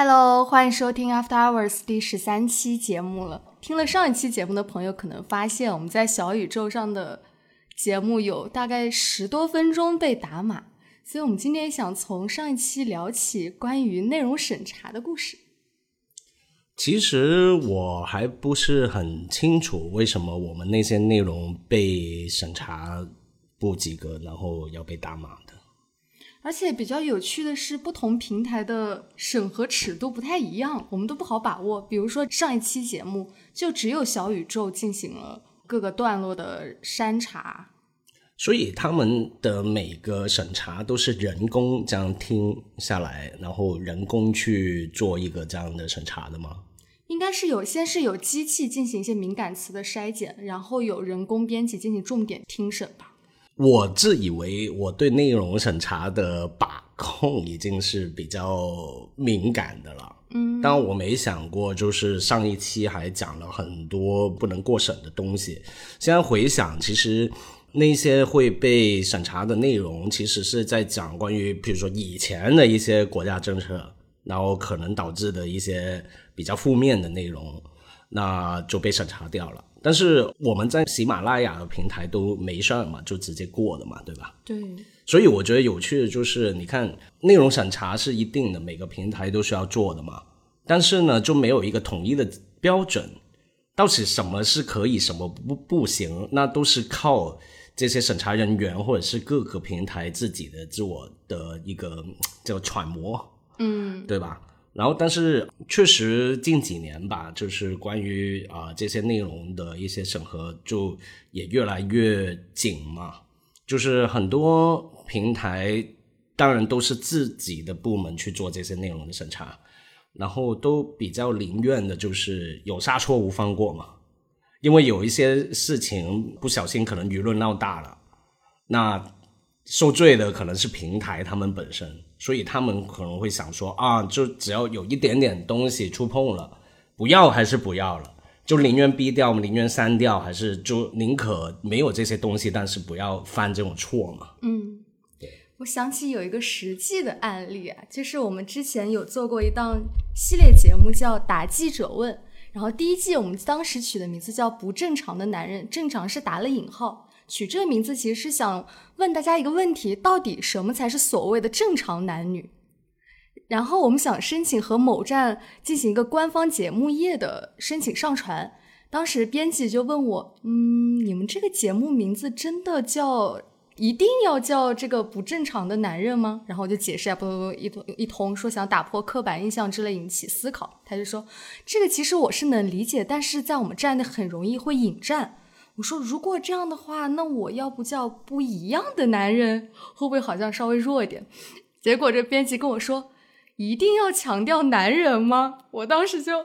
Hello， 欢迎收听 After Hours 第13期节目了。听了上一期节目的朋友可能发现，我们在小宇宙上的节目有大概10多分钟被打码，所以我们今天想从上一期聊起关于内容审查的故事。 其实我还不是很清楚为什么我们那些内容被审查不及格，然后要被打码的。 而且比较有趣的是，不同平台的审核尺度不太一样，我们都不好把握。比如说上一期节目就只有小宇宙进行了各个段落的删查， 所以他们的每个审查都是人工这样听下来，然后人工去做一个这样的审查的吗？ 应该是先是有机器进行一些敏感词的筛检，然后有人工编辑进行重点听审吧。 我自以为我对内容审查的把控已经是比较敏感的了，但我没想过就是上一期还讲了很多不能过审的东西。现在回想，其实那些会被审查的内容其实是在讲关于比如说以前的一些国家政策，然后可能导致的一些比较负面的内容，那就被审查掉了。但是我们在喜马拉雅的平台都没事嘛，就直接过的嘛，对吧？ 对。 所以我觉得有趣的就是你看内容审查是一定的，每个平台都需要做的嘛，但是呢就没有一个统一的标准，到底什么是可以什么不行，那都是靠这些审查人员或者是各个平台自己的自我的一个叫揣摩，对吧？然后但是确实近几年吧，就是关于这些内容的一些审核就也越来越紧嘛，就是很多平台当然都是自己的部门去做这些内容的审查，然后都比较宁愿的就是有杀错无放过嘛，因为有一些事情不小心可能舆论闹大了，那受罪的可能是平台他们本身，所以他们可能会想说就只要有一点点东西触碰了，不要还是不要了，就宁愿逼掉宁愿删掉，还是就宁可没有这些东西，但是不要犯这种错嘛。 我想起有一个实际的案例啊，就是我们之前有做过一档系列节目叫打记者问，然后第一季我们当时取的名字叫不正常的男人，正常是打了引号，取这个名字其实是想问大家一个问题，到底什么才是所谓的正常男女。然后我们想申请和某站进行一个官方节目页的申请上传，当时编辑就问我你们这个节目名字真的一定要叫这个不正常的男人吗？然后我就解释一通，说想打破刻板印象之类引起思考。他就说这个其实我是能理解，但是在我们站内很容易会引战。我说如果这样的话，那我要不叫不一样的男人，会不会好像稍微弱一点？结果这编辑跟我说一定要强调男人吗？我当时就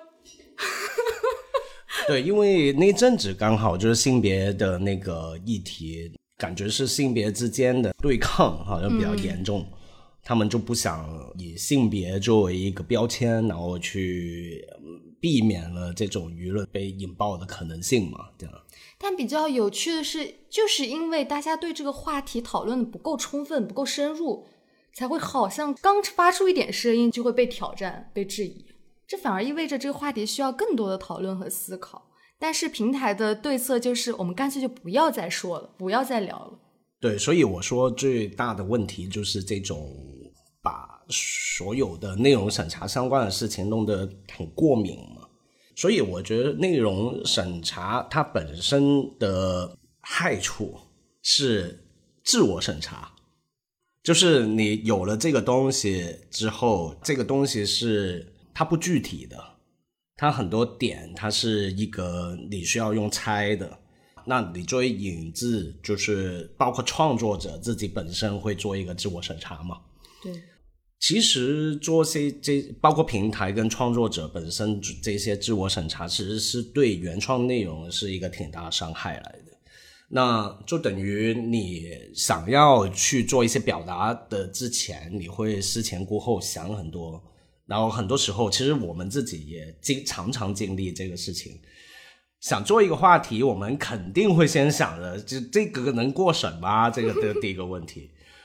对，因为那阵子刚好就是性别的那个议题，感觉是性别之间的对抗好像比较严重，他们就不想以性别作为一个标签，然后去避免了这种舆论被引爆的可能性嘛，这样。 但比较有趣的是，就是因为大家对这个话题讨论的不够充分不够深入，才会好像刚发出一点声音就会被挑战被质疑，这反而意味着这个话题需要更多的讨论和思考。但是平台的对策就是我们干脆就不要再说了，不要再聊了。 对，所以我说最大的问题就是这种把所有的内容审查相关的事情弄得很过敏嘛。所以我觉得内容审查它本身的害处是自我审查，就是你有了这个东西之后，这个东西是它不具体的，它很多点它是一个你需要用猜的，那你作为引制就是包括创作者自己本身会做一个自我审查嘛。 对， 其实做包括平台跟创作者本身这些自我审查，其实是对原创内容是一个挺大的伤害来的。那就等于你想要去做一些表达的之前，你会思前顾后想很多，然后很多时候其实我们自己也常常经历这个事情，想做一个话题，我们肯定会先想着这个能过审吗？这个的第一个问题。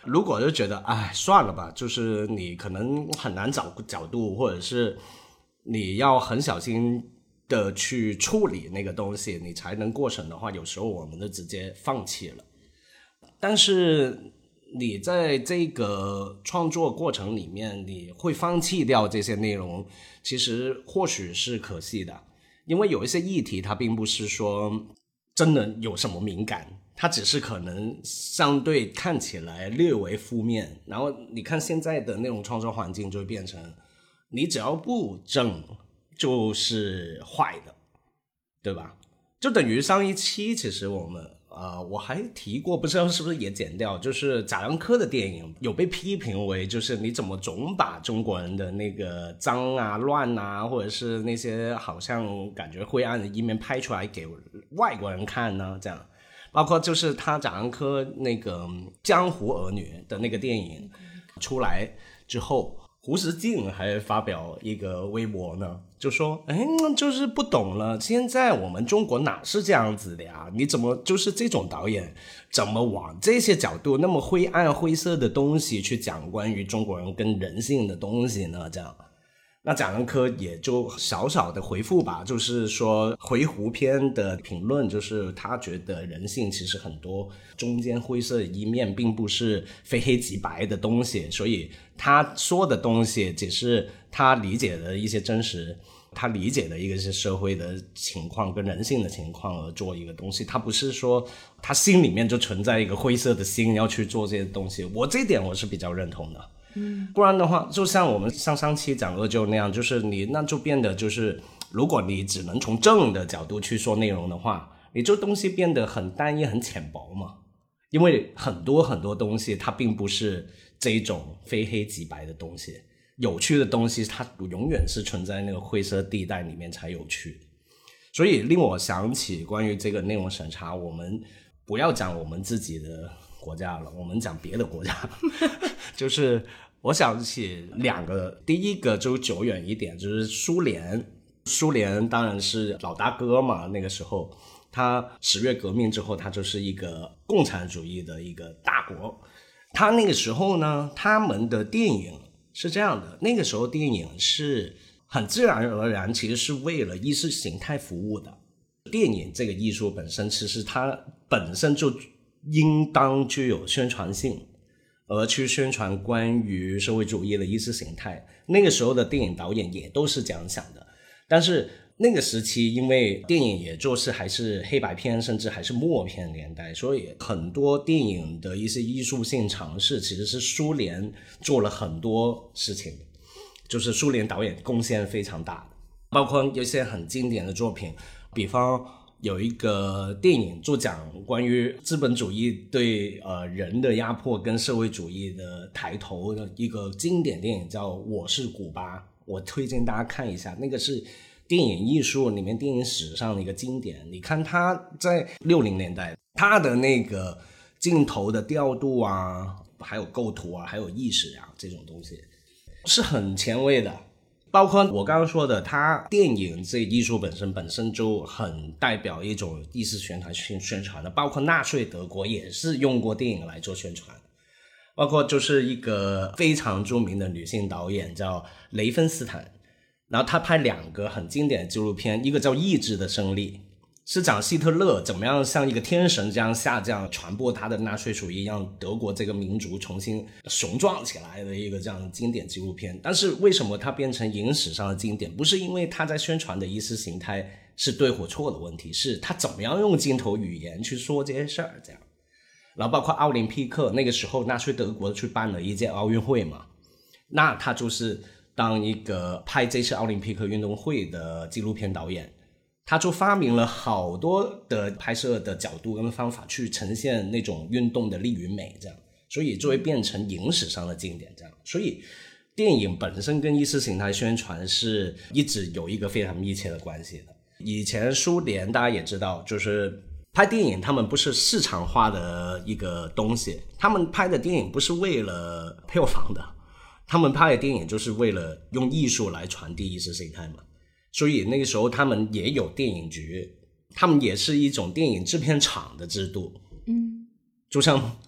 如果就觉得哎算了吧，就是你可能很难找角度，或者是你要很小心的去处理那个东西你才能过审的话，有时候我们就直接放弃了。但是你在这个创作过程里面你会放弃掉这些内容，其实或许是可惜的，因为有一些议题它并不是说真的有什么敏感，它只是可能相对看起来略为负面。然后你看现在的那种创作环境就会变成你只要不正就是坏的，对吧？就等于上一期其实我还提过，不知道是不是也剪掉，就是贾樟柯的电影有被批评为就是你怎么总把中国人的那个脏啊乱啊，或者是那些好像感觉灰暗的一面拍出来给外国人看呢？这样包括就是他贾樟柯那个江湖儿女的那个电影出来之后，胡锡进还发表一个微博呢，就说就是不懂了，现在我们中国哪是这样子的呀，你怎么就是这种导演怎么往这些角度那么灰暗灰色的东西去讲关于中国人跟人性的东西呢？这样那贾樟柯也就少少的回复吧，就是说回鹘篇的评论，就是他觉得人性其实很多中间灰色的一面并不是非黑即白的东西，所以他说的东西只是他理解的一些真实，他理解的一个是社会的情况跟人性的情况而做一个东西，他不是说他心里面就存在一个灰色的心要去做这些东西，我这一点我是比较认同的。不然的话就像我们上期讲二舅那样，就是你那就变得就是如果你只能从正的角度去说内容的话，你这东西变得很单一很浅薄嘛，因为很多很多东西它并不是这种非黑即白的东西，有趣的东西它永远是存在那个灰色地带里面才有趣。所以令我想起关于这个内容审查，我们不要讲我们自己的国家了，我们讲别的国家就是我想起两个，第一个就久远一点，就是苏联当然是老大哥嘛，那个时候他10月革命之后他就是一个共产主义的一个大国，他那个时候呢他们的电影是这样的，那个时候电影是很自然而然其实是为了意识形态服务的，电影这个艺术本身其实它本身就应当具有宣传性，而去宣传关于社会主义的意识形态，那个时候的电影导演也都是这样想的。但是那个时期因为电影也就是还是黑白片甚至还是默片年代，所以很多电影的一些艺术性尝试其实是苏联做了很多事情，就是苏联导演贡献非常大的，包括有些很经典的作品，比方有一个电影就讲关于资本主义对人的压迫跟社会主义的抬头的一个经典电影叫《我是古巴》，我推荐大家看一下，那个是电影艺术里面电影史上的一个经典。你看他在60年代他的那个镜头的调度啊，还有构图啊，还有意识啊，这种东西是很前卫的。包括我刚刚说的，他电影这艺术本身就很代表一种意识宣传的，包括纳粹德国也是用过电影来做宣传，包括就是一个非常著名的女性导演叫雷芬斯坦，然后他拍2个很经典的纪录片，一个叫《意志的胜利》，是讲希特勒怎么样像一个天神这样下降传播他的纳粹主义，让德国这个民族重新雄壮起来的一个这样的经典纪录片。但是为什么它变成影史上的经典，不是因为他在宣传的意识形态是对或错的问题，是他怎么样用镜头语言去说这些事儿这样。然后包括奥林匹克，那个时候纳粹德国去办了一届奥运会嘛，那他就是当一个拍这次奥林匹克运动会的纪录片导演，他就发明了好多的拍摄的角度跟方法去呈现那种运动的力与美这样，所以就会变成影史上的经典这样。所以电影本身跟意识形态宣传是一直有一个非常密切的关系的。以前苏联大家也知道，就是拍电影他们不是市场化的一个东西，他们拍的电影不是为了票房的，他们拍的电影就是为了用艺术来传递意识形态嘛。所以那个时候他们也有电影局，他们也是一种电影制片厂的制度。就像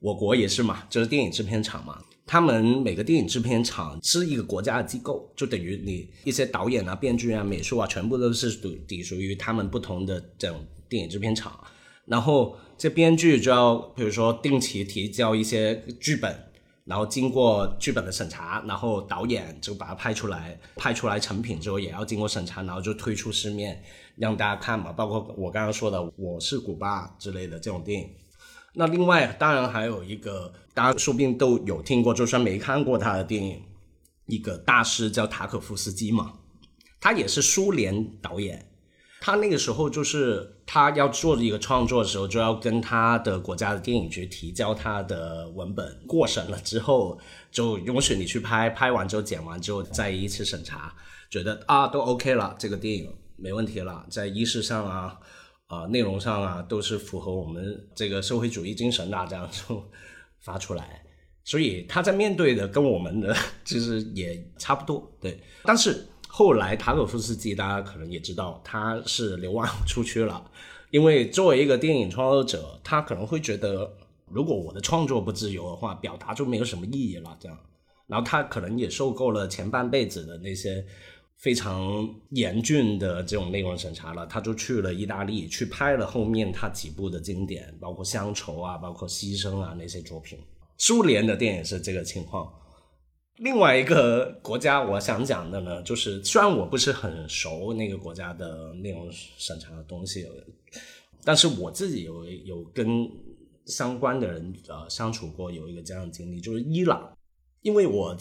我国也是嘛，就是电影制片厂嘛，他们每个电影制片厂是一个国家的机构，就等于你一些导演啊、编剧啊、美术啊，全部都是隶属于他们不同的这种电影制片厂。然后这编剧就要比如说定期提交一些剧本，然后经过剧本的审查，然后导演就把它拍出来成品之后也要经过审查，然后就推出市面让大家看嘛，包括我刚刚说的《我是古巴》之类的这种电影。那另外当然还有一个大家说不定都有听过，就算没看过他的电影，一个大师叫塔可夫斯基嘛，他也是苏联导演。他那个时候就是他要做一个创作的时候，就要跟他的国家的电影局提交他的文本，过审了之后就允许你去拍，拍完之后剪完之后再一次审查，觉得都 OK 了，这个电影没问题了，在意识上啊内容上啊都是符合我们这个社会主义精神的，这样就发出来。所以他在面对的跟我们的其实也差不多，对。但是后来塔可夫斯基大家可能也知道他是流亡出去了，因为作为一个电影创作者，他可能会觉得如果我的创作不自由的话，表达就没有什么意义了这样。然后他可能也受够了前半辈子的那些非常严峻的这种内容审查了，他就去了意大利去拍了后面他几部的经典，包括乡愁啊，包括牺牲啊那些作品。苏联的电影是这个情况。另外一个国家我想讲的呢，就是虽然我不是很熟那个国家的内容审查的东西，但是我自己有跟相关的人相处过，有一个这样的经历，就是伊朗。因为我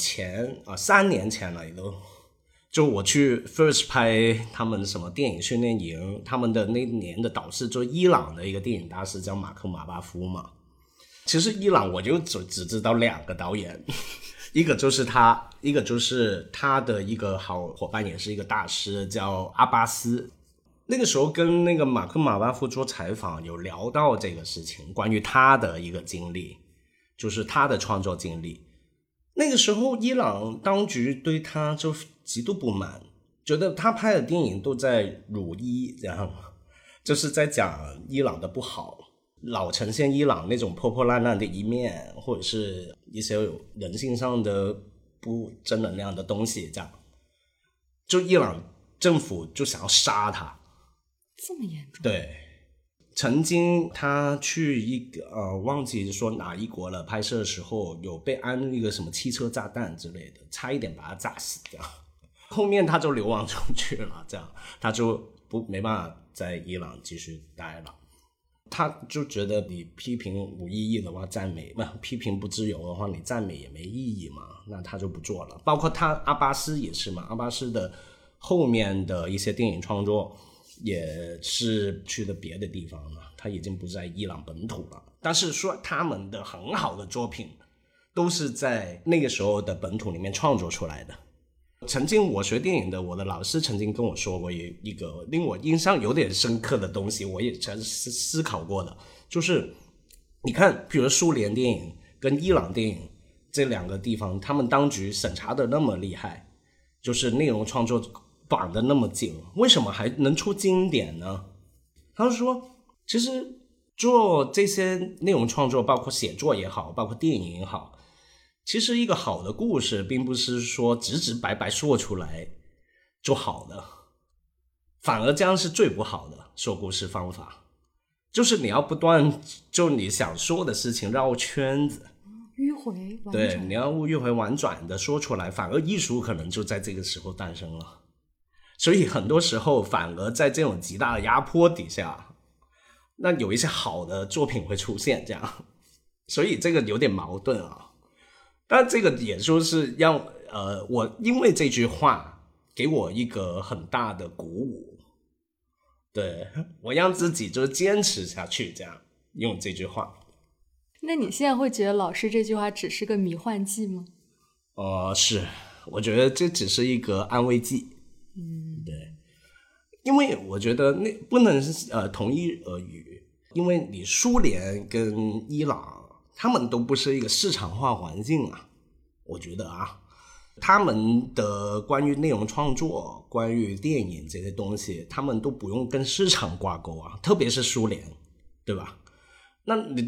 3年前了也都，就我去 First 拍他们什么电影训练营，他们的那年的导师就是伊朗的一个电影大师叫马克马巴夫嘛。其实伊朗我就只知道2个导演，一个就是他，一个就是他的一个好伙伴，也是一个大师叫阿巴斯。那个时候跟那个马克马巴夫做采访，有聊到这个事情，关于他的一个经历，就是他的创作经历。那个时候伊朗当局对他就极度不满，觉得他拍的电影都在辱伊，这样就是在讲伊朗的不好，老呈现伊朗那种破破烂烂的一面，或者是一些有人性上的不正能量的东西，这样就伊朗政府就想要杀他。 这么严重？ 对，曾经他去一个忘记说哪一国了，拍摄的时候有被安一个什么汽车炸弹之类的，差一点把他炸死这样。后面他就流亡出去了，这样他就没办法在伊朗继续待了。他就觉得你批评无意义的话，赞美批评不自由的话，你赞美也没意义嘛，那他就不做了。包括他阿巴斯也是嘛，阿巴斯的后面的一些电影创作也是去的别的地方了，他已经不在伊朗本土了。但是说他们的很好的作品都是在那个时候的本土里面创作出来的。曾经我学电影的，我的老师曾经跟我说过一个令我印象有点深刻的东西，我也曾思考过的，就是你看比如苏联电影跟伊朗电影这2个地方，他们当局审查的那么厉害，就是内容创作绑得那么紧，为什么还能出经典呢？他就说其实做这些内容创作，包括写作也好，包括电影也好，其实一个好的故事并不是说直白白说出来就好的，反而这样是最不好的说故事方法，就是你要不断就你想说的事情绕圈子， 迂回婉转， 对，你要迂回婉转的说出来，反而艺术可能就在这个时候诞生了。所以很多时候反而在这种极大的压迫底下，那有一些好的作品会出现，这样，所以这个有点矛盾啊。但这个也就是让我因为这句话给我一个很大的鼓舞，对，我让自己就坚持下去，这样用这句话。 那你现在会觉得老师这句话只是个迷幻剂吗？ 是，我觉得这只是一个安慰剂。对，因为我觉得那不能同一而语，因为你苏联跟伊朗他们都不是一个市场化环境啊，我觉得他们的关于内容创作，关于电影这些东西，他们都不用跟市场挂钩啊，特别是苏联，对吧？那你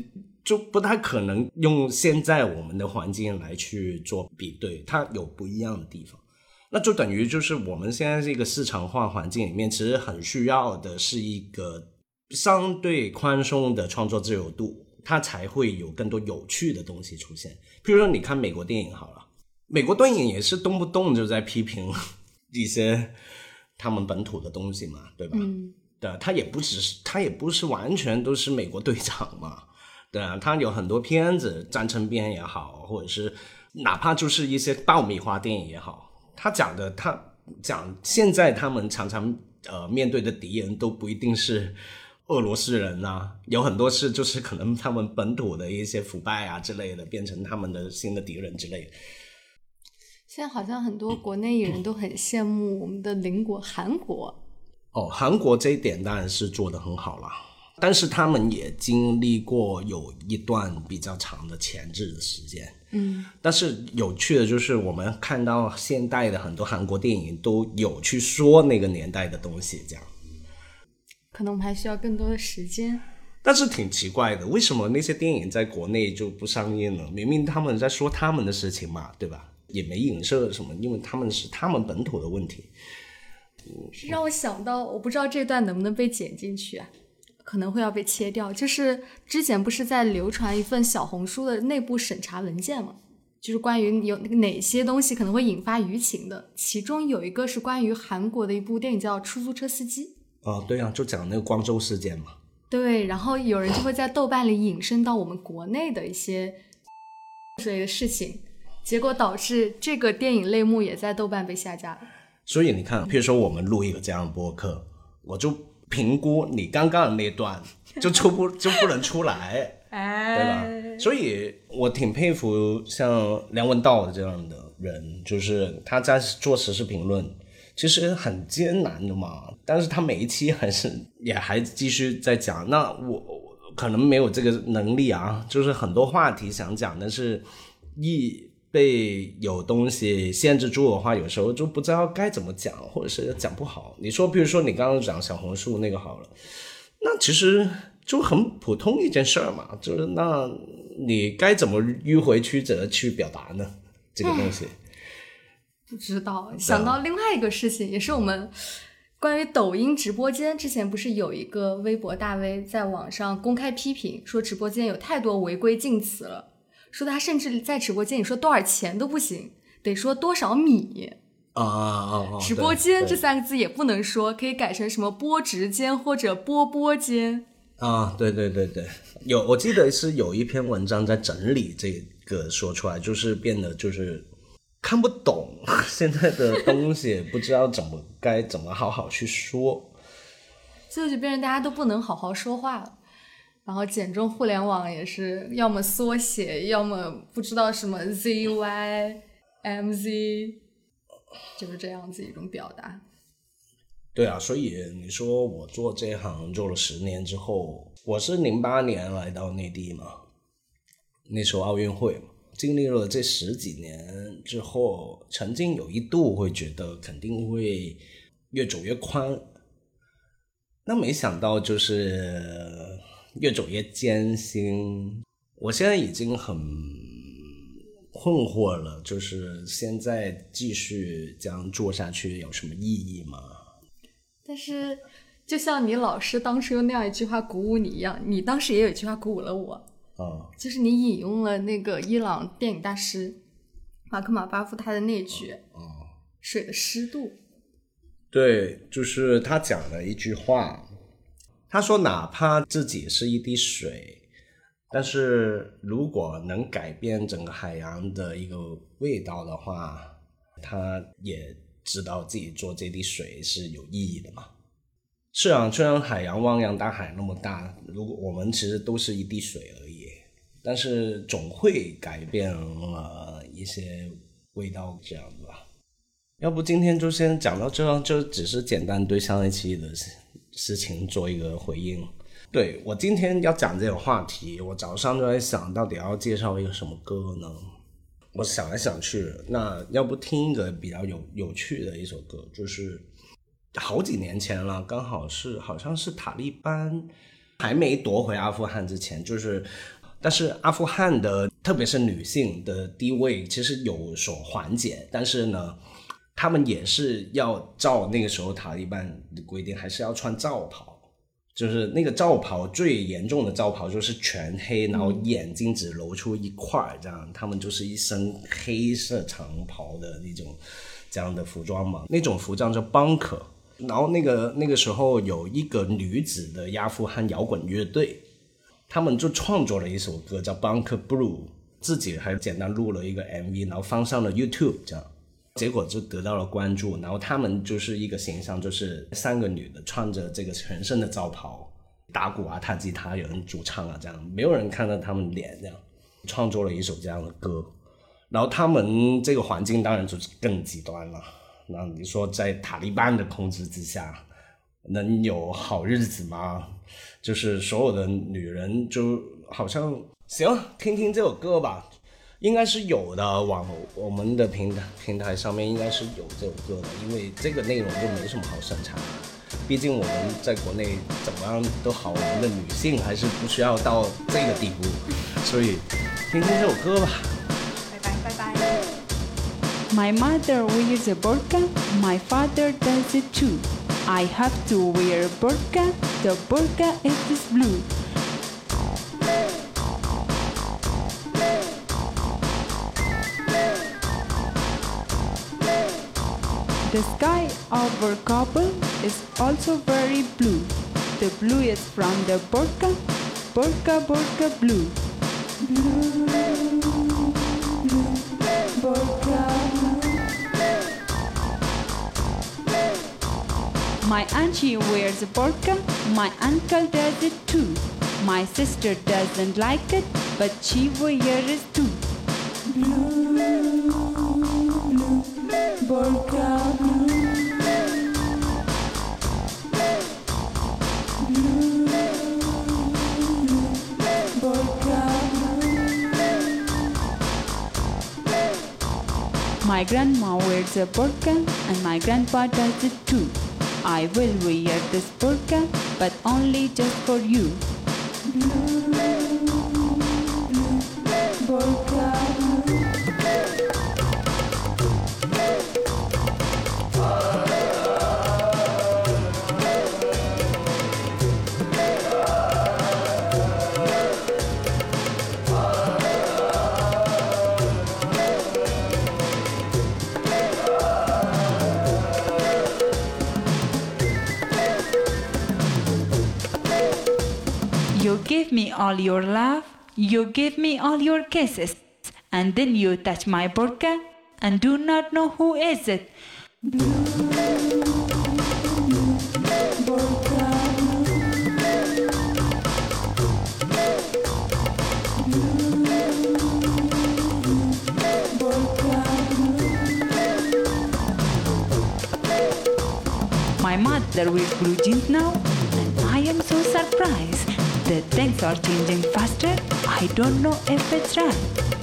就不太可能用现在我们的环境来去做比对，它有不一样的地方。那就等于就是我们现在这个市场化环境里面，其实很需要的是一个相对宽松的创作自由度，它才会有更多有趣的东西出现。譬如说你看美国电影好了，美国电影也是动不动就在批评一些他们本土的东西嘛，对吧？对，它也不是完全都是美国队长嘛，对啊，它有很多片子，战争片也好，或者是哪怕就是一些爆米花电影也好，他讲现在他们常常面对的敌人都不一定是俄罗斯人啊，有很多是就是可能他们本土的一些腐败啊之类的，变成他们的新的敌人之类的。 现在好像很多国内艺人都很羡慕我们的邻国韩国。 韩国这一点当然是做得很好啦，但是他们也经历过有一段比较长的前置的时间。但是有趣的就是我们看到现代的很多韩国电影都有去说那个年代的东西，这样可能我们还需要更多的时间。 但是挺奇怪的，为什么那些电影在国内就不上映呢？明明他们在说他们的事情嘛，对吧？也没影射什么，因为他们是他们本土的问题。 让我想到，我不知道这段能不能被剪进去啊，可能会要被切掉。就是之前不是在流传一份小红书的内部审查文件吗？就是关于有哪些东西可能会引发舆情的，其中有一个是关于韩国的一部电影叫《出租车司机》。 对啊，就讲那个光州事件嘛。 对，然后有人就会在豆瓣里引申到我们国内的一些之类的事情，结果导致这个电影类目也在豆瓣被下架了。 所以你看，譬如说我们录一个这样的播客，我就评估你刚刚的那段就不能出来，对吧？所以我挺佩服像梁文道这样的人，就是他在做时事评论其实很艰难的嘛，但是他每一期还继续在讲。那我可能没有这个能力啊，就是很多话题想讲，但是被有东西限制住的话，有时候就不知道该怎么讲，或者是讲不好。你说比如说你刚刚讲小红书那个好了，那其实就很普通一件事儿嘛，就是那你该怎么迂回曲折去表达呢？这个东西不知道。想到另外一个事情，也是我们关于抖音直播间，之前不是有一个微博大 V 在网上公开批评说直播间有太多违规禁词了，说他甚至在直播间里说多少钱都不行，得说多少米直播间这三个字也不能说，可以改成什么播直间或者播间对，我记得是有一篇文章在整理这个说出来，就是变得就是看不懂现在的东西不知道该怎么好好去说， 最后就变成大家都不能好好说话了。然后简中互联网也是要么缩写，要么不知道什么 ZYMZ， 就是这样子一种表达。 对啊，所以你说我做这一行做了10年之后，我是08年来到内地嘛，那时候奥运会嘛，经历了这10几年之后，曾经有一度会觉得肯定会越走越宽，那没想到就是越走越艰辛。我现在已经很困惑了，就是现在继续这样做下去有什么意义吗？ 但是就像你老师当初用那样一句话鼓舞你一样，你当时也有一句话鼓舞了我，就是你引用了那个伊朗电影大师马克马巴夫他的那句水的湿度。 对，就是他讲了一句话，他说哪怕自己是一滴水，但是如果能改变整个海洋的一个味道的话，他也知道自己做这滴水是有意义的嘛。是啊，虽然海洋汪洋大海那么大，如果我们其实都是一滴水而已，但是总会改变了一些味道这样子吧。要不今天就先讲到这，就只是简单对上一期的事情做一个回应。对，我今天要讲这个话题，我早上就在想到底要介绍一个什么歌呢，我想来想去，那要不听一个比较有趣的一首歌，就是好几年前了，刚好是好像是塔利班还没夺回阿富汗之前，就是但是阿富汗的特别是女性的地位其实有所缓解，但是呢他们也是要照那个时候塔利班的规定，还是要穿罩袍，就是那个罩袍最严重的罩袍就是全黑，然后眼睛只露出一块，这样他们就是一身黑色长袍的那种这样的服装嘛，那种服装叫 bunker。 然后那个时候有一个女子的阿富汗摇滚乐队，他们就创作了一首歌叫 Bunker Blue， 自己还简单录了一个 MV， 然后放上了 YouTube， 这样结果就得到了关注。然后他们就是一个形象，就是3个女的穿着这个全身的罩袍，打鼓啊、弹吉他，有人主唱啊，这样没有人看到他们脸，这样创作了一首这样的歌。然后他们这个环境当然就是更极端了，那你说在塔利班的控制之下能有好日子吗？就是所有的女人就好像行，听听这首歌吧，应该是有的，往我们的平台上面应该是有这首歌的，因为这个内容就没什么好审查，毕竟我们在国内怎么样都好，我们的女性还是不需要到这个地步，所以听听这首歌吧。 拜拜拜拜。 My mother wears a burqa, my father does it too. I have to wear a burqa, the burqa is blue. The sky over Kabul is also very blue. The blue is from the burqa, burqa, burqa blue. Blue, blue, burqa. My auntie wears a burqa, my uncle does it too. My sister doesn't like it, but she wears it too. Blue, blue, burqa blue. Blue, blue, burqa blue. My grandma wears a burqa and my grandpa does it too. I will wear this burqa, but only just for you. Blue, blue, burqa blue. You give me all your love, you give me all your kisses, and then you touch my burqa and do not know who is it. Blue, blue, burqa blue. Blue, burqa blue. My mother wears blue jeans now, and I am so surprised. The things are changing faster. I don't know if it's right.